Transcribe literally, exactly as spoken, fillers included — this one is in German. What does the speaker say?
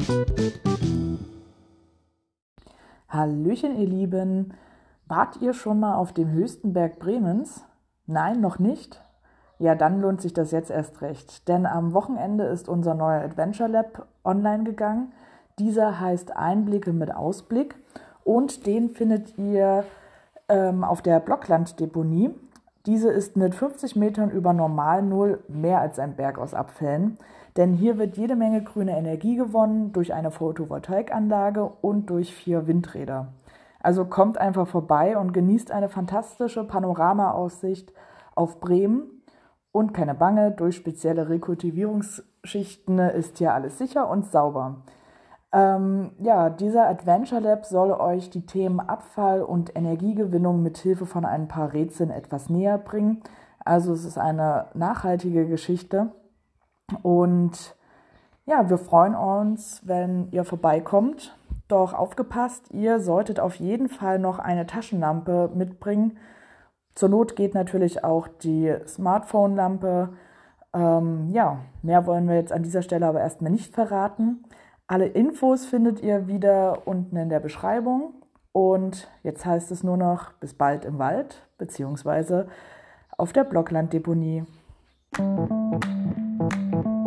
Hallöchen, ihr Lieben. Wart ihr schon mal auf dem höchsten Berg Bremens? Nein, noch nicht? Ja, dann lohnt sich das jetzt erst recht, denn am Wochenende ist unser neuer Adventure Lab online gegangen. Dieser heißt Einblicke mit Ausblick und den findet ihr ähm, auf der Blocklanddeponie. Diese ist mit fünfzig Metern über Normalnull mehr als ein Berg aus Abfällen, denn hier wird jede Menge grüne Energie gewonnen durch eine Photovoltaikanlage und durch vier Windräder. Also kommt einfach vorbei und genießt eine fantastische Panoramaaussicht auf Bremen. Und keine Bange, durch spezielle Rekultivierungsschichten ist hier alles sicher und sauber. Ähm, ja, dieser Adventure Lab soll euch die Themen Abfall und Energiegewinnung mit Hilfe von ein paar Rätseln etwas näher bringen. Also es ist eine nachhaltige Geschichte und ja, wir freuen uns, wenn ihr vorbeikommt. Doch aufgepasst, ihr solltet auf jeden Fall noch eine Taschenlampe mitbringen. Zur Not geht natürlich auch die Smartphone-Lampe. Ähm, ja, mehr wollen wir jetzt an dieser Stelle aber erstmal nicht verraten. Alle Infos findet ihr wieder unten in der Beschreibung. Und jetzt heißt es nur noch bis bald im Wald, beziehungsweise auf der Blocklanddeponie.